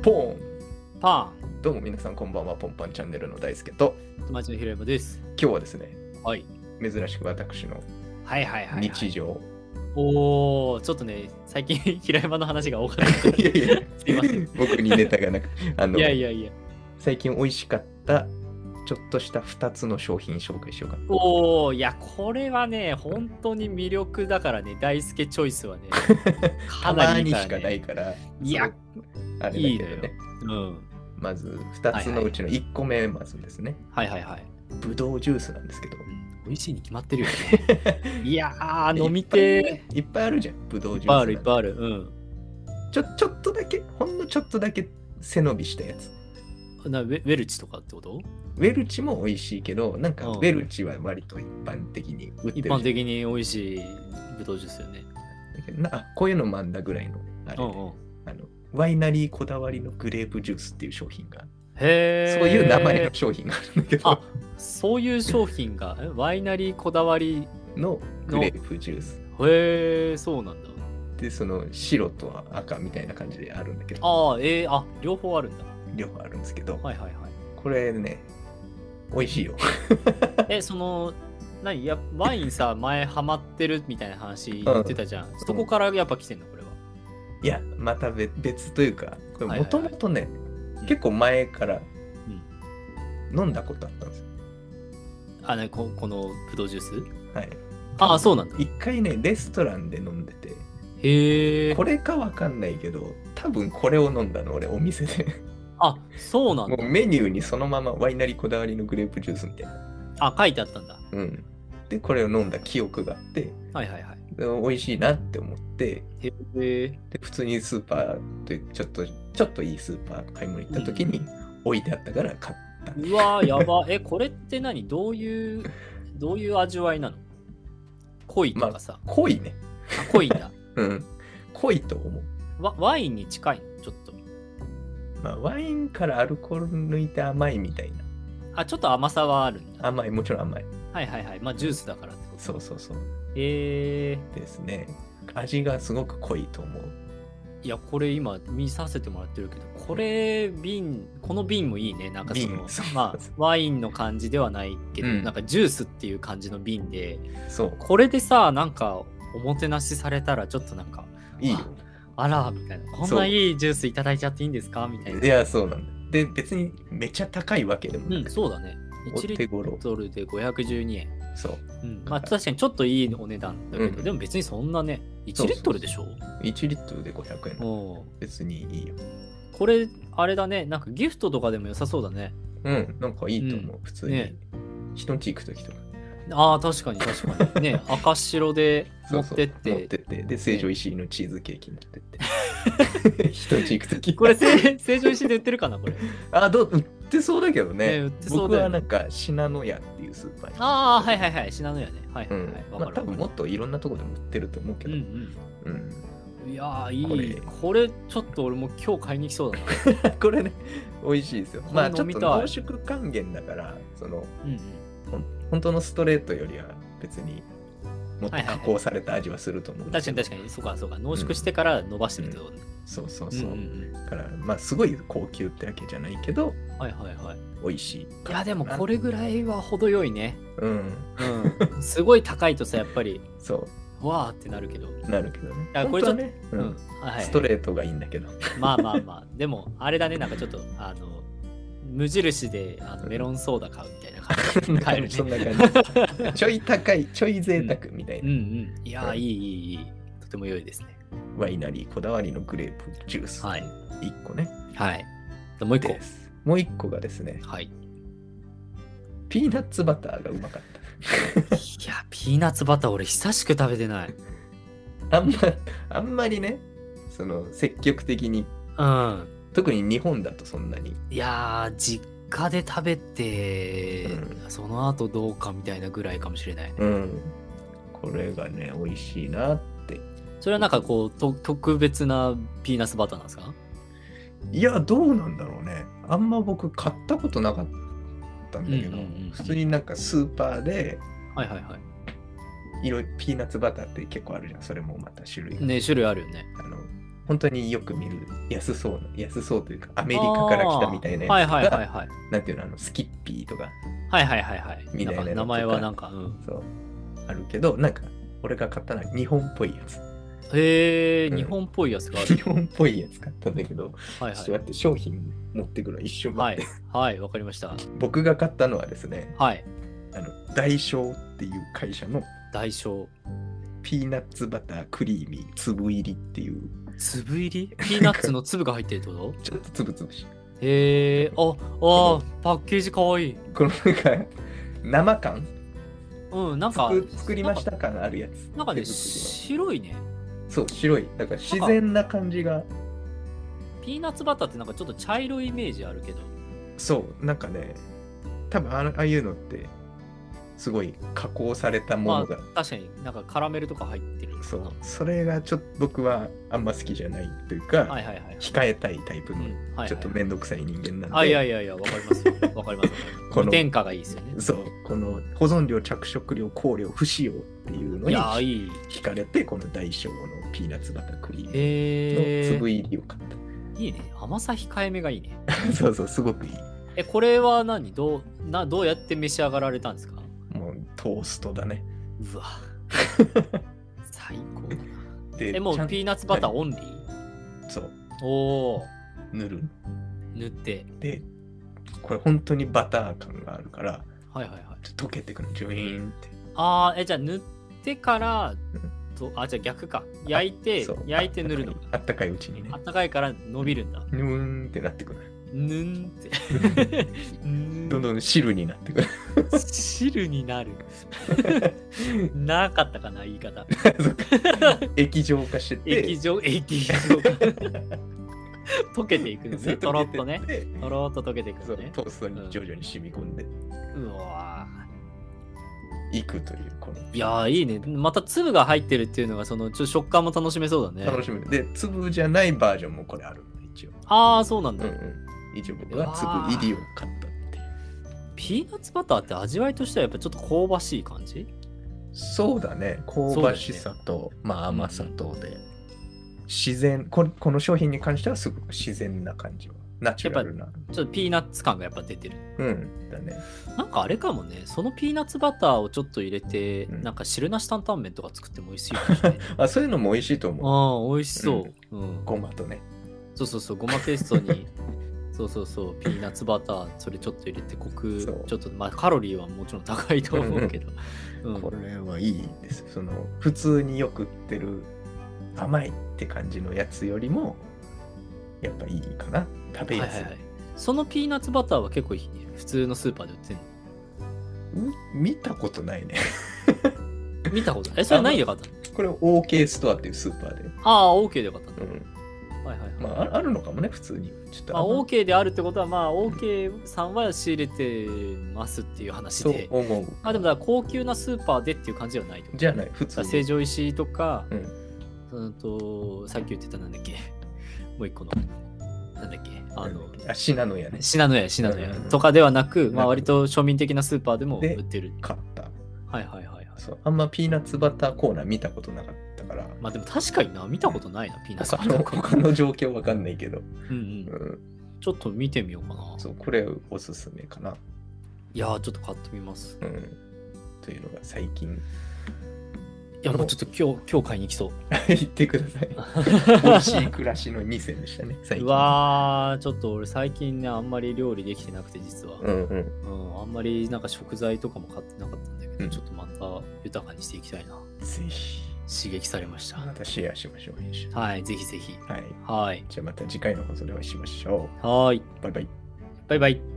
ポーンパどうも皆さんこんばんは。ポンパンチャンネルの大輔と、 友達の平山です。 今日はですね、 はい。 珍しく私のはいはいはい、はい。 日常。 おー、ちょっとね、最近平山の話が多かったから。 いやいや、 すいません。 僕にネタがなく、 いやいやいや。 最近美味しかったちょっとした2つの商品紹介しようかな。 おー、いや、これはね、本当に魅力だからね、大輔チョイスはね、かたなりいいから、ね。 まにしかないから、 いや、 あれだけいいどね。 のよ。うん。 まず2つのうちの1個目、まずですね。 はいはいはい。 ぶどうジュースなんですけど。 美味しいに決まってるよね。いやー、飲みていっぱいあるじゃん、ぶどうジュース。 いっぱいあるいっぱいある。うん。 ちょっとだけ、ほんのちょっとだけ背伸びしたやつ。 ウェルチとかってこと？ ウェルチも美味しいけど、なんかウェルチは割と一般的に売ってる。 一般的に美味しいぶどうジュースよね。 だけどこういうのもあんだぐらいのあれで、ワイナリーこだわりのグレープジュースっていう商品が、 へー、 そういう名前の商品があるんだけど、 そういう商品がワイナリーこだわりのグレープジュース。 へー、そうなんだ。 で、その白と赤みたいな感じであるんだけど、 両方あるんだ。 両方あるんですけど、 はいはいはい。 これね、美味しいよ。 ワインさ、前ハマってるみたいな話言ってたじゃん。そこからやっぱ来てんの、これは。 いや、また別というか、これもともとね、 い結構前から飲んだことあったんですよ。 このぶどうジュース？ はい。 そうなんだ。 一回ね、レストランで飲んでて、 へー。 これかわかんないけど、多分これを飲んだの、俺、お店で。 そうなんだ。 もうメニューにそのままワイナリーこだわりのグレープジュースみたいな。 書いてあったんだ。 うん。で、これを飲んだ記憶があって、 はいはいはい。 美味しいなって思って、 へー。 で、普通にスーパーでちょっといいスーパー買い物行った時に置いてあったから買った。 うわー、やば。これって何？どういう味わいなの？濃いとかさ。 濃いね。 濃いんだ。 うん。濃いと思う。 ワインに近いの？ちょっと。 ワインからアルコール抜いて甘いみたいな。 ちょっと甘さはあるんだ。 甘い、もちろん甘い。 はいはいはい。ジュースだからってこと？ そう。 ですね。味がすごく濃いと思う。 いや、これ今見させてもらってるけど、この瓶もいいね。なんかワインの感じではないけど、なんかジュースっていう感じの瓶で、これでさ、なんかおもてなしされたらちょっとなんか、 いいよ。 あら、みたいな。こんないいジュースいただいちゃっていいんですかみたいな。 いや、そうなんだ。で、別にめちゃ高いわけでもない。 そうだね。1リットルで512円。 そう。 確かにちょっといいお値段だけど、でも別にそんなね、1リットルでしょ？ 1 リットルで500円。別にいいよ。 これ、あれだね、なんかギフトとかでも良さそうだね。 なんかいいと思う。普通に。人んち行くときとか。 確かに。ね、赤白で持ってって。 で、成城石井のチーズケーキ持ってって。人んち行くとき。 これ、成城石井で売ってるかな、これ。 売ってそうだけどね。 売ってそうだよね。 僕はなんか、信濃屋っていうスーパーに。 はい。信濃屋ね。はいはい。 多分もっといろんなところでも売ってると思うけど。 いやー、いい。これ、ちょっと俺も今日買いに来そうだな。 これね、美味しいですよ。ちょっと濃縮還元だから、本当のストレートよりは別にもっと加工された味はすると思う。 確かに、そうか。濃縮してから伸ばしてるってことね。 そう。だから、すごい高級ってわけじゃないけど、美味しい。 いや、でもこれぐらいは程よいね。すごい高いとさ、やっぱり。 そう。 わーってなるけど。 これちょっとね、ストレートがいいんだけど。 でも、あれだね、なんかちょっと、無印でメロンソーダ買うみたいな感じで買えるね。 そんな感じ。ちょい高い、ちょい贅沢みたいな。 いや、いい。とても良いですね。 ワイナリーこだわりのグレープジュース。1個ね。 もう1個。 もう1個がですね。ピーナッツバターがうまかった。 いや、ピーナッツバター俺久しく食べてない。 あんまりね、積極的に。特に日本だとそんなに。 いやー、実家で食べて、その後どうかみたいなぐらいかもしれない。 これがね、美味しいなって。 それはなんかこう、特別なピーナッツバターなんですか？ いや、どうなんだろうね。あんま僕買ったことなかったんだけど、普通になんかスーパーで、ピーナッツバターって結構あるじゃん。それもまた種類。 ね、種類あるよね。 本当によく見る安そうというか、アメリカから来たみたいなやつが、 はいはいはいはい。 なんていうの、スキッピーとか、 はいはいはいはい。 みたいな名前はなんか、 そう、あるけど、なんか、俺が買ったのは日本っぽいやつ。 へえ、日本っぽいやつがある。 日本っぽいやつ買ったんだけど、 はいはい、 ちょっと待って、商品持ってくるの一瞬待って。 はい、わかりました。 僕が買ったのはですね、 はい。 ダイショーっていう会社の、 ダイショー。 ピーナッツバタークリーミー粒入りっていう。 粒入りピーナッツの粒が入ってるってことちょっと粒々し。 へえ、パッケージかわいい。 このなんか、生感なんか作りました感あるやつ。 なんかね、白いね。 そう、白い。だから自然な感じが。 ピーナッツバターってなんかちょっと茶色いイメージあるけど。 そう、なんかね、多分ああいうのって、すごい加工されたものが、 確かになんかカラメルとか入ってる。 そう、それがちょっと僕はあんま好きじゃないというか、控えたいタイプの、ちょっとめんどくさい人間なんで。 いや、わかりますよ。わかります。この添加がいいですよね。 そう、この保存料、着色料、香料、不使用っていうのに惹かれて、この大小のピーナッツバタークリームの粒入りを買った。 いいね。甘さ控えめがいいね。 そうそう、すごくいい。 これはどうやって召し上がられたんですか？ もうトーストだね。 うわ。最高だな。もうピーナッツバターオンリー？ そう。 おー。 塗って。 で、これ本当にバター感があるから、溶けてくる、ジュイーンって。 じゃあ塗ってから、じゃあ逆か。焼いて塗るの。 あったかいうちにね。 あったかいから伸びるんだ。 ぬーんってなってくる。 ぬんってどんどん汁になってくる。 汁になる。なかったかな、言い方。 液状化してて。 液状化。溶けていくのね。とろっとね。とろっと溶けていくのね。 トーストに徐々に染み込んで。 うわいくというこの。 いやー、いいね。また粒が入ってるっていうのが、ちょっと食感も楽しめそうだね。 楽しめる。で、粒じゃないバージョンもこれあるの、一応。 そうなんだ。 一応僕は粒入りを買ったっていう。 ピーナッツバターって味わいとしてはやっぱちょっと香ばしい感じ？ そうだね。香ばしさと、甘さとで、自然この商品に関してはすごく自然な感じは。ナチュラルな。 ちょっとピーナッツ感がやっぱ出てる。 だね。 なんかあれかもね、そのピーナッツバターをちょっと入れて、なんか汁なし担々麺とか作っても美味しいかもしれない。 そういうのも美味しいと思う。美味しそう。 ごまとね。 そう、ごまペーストに、そう、ピーナッツバター、それちょっと入れて、コク、ちょっと、カロリーはもちろん高いと思うけど。 これはいいです。普通によく売ってる甘いって感じのやつよりも、やっぱいいかな。食べやすい。 そのピーナッツバターは結構いいね。普通のスーパーで売ってんの？ 見たことないね。 見たことない。それ何で買ったの？ これ OK ストアっていうスーパーで。 OK で買ったの。あるのかもね、普通に。 OK であるってことは、OK さんは仕入れてますっていう話で。 そう思う。 でも高級なスーパーでっていう感じではない。 じゃない、普通に。 成城石井とか、さっき言ってたなんだっけ、もう一個の、なんだっけ、 信濃屋ね。 信濃屋とかではなく、割と庶民的なスーパーでも売ってる。 買った。あんまピーナッツバターコーナー見たことなかったから。 でも確かにな、見たことないな、ピーナッツバターコーナー。 他の状況わかんないけど。 ちょっと見てみようかな。 そう、これおすすめかな。 いやー、ちょっと買ってみます。 というのが最近。 いや、もうちょっと今日買いに来そう。 言ってください。美味しい暮らしの2選でしたね、最近。 うわー、ちょっと俺最近ね、あんまり料理できてなくて、実は。あんまりなんか食材とかも買ってなかったんだけど、ちょっとまた豊かにしていきたいな。 ぜひ。 刺激されました。 またシェアしましょう、編集。 はい、ぜひぜひ。 はい。じゃあまた次回の放送でお会いしましょう。はい。 バイバイ。 バイバイ。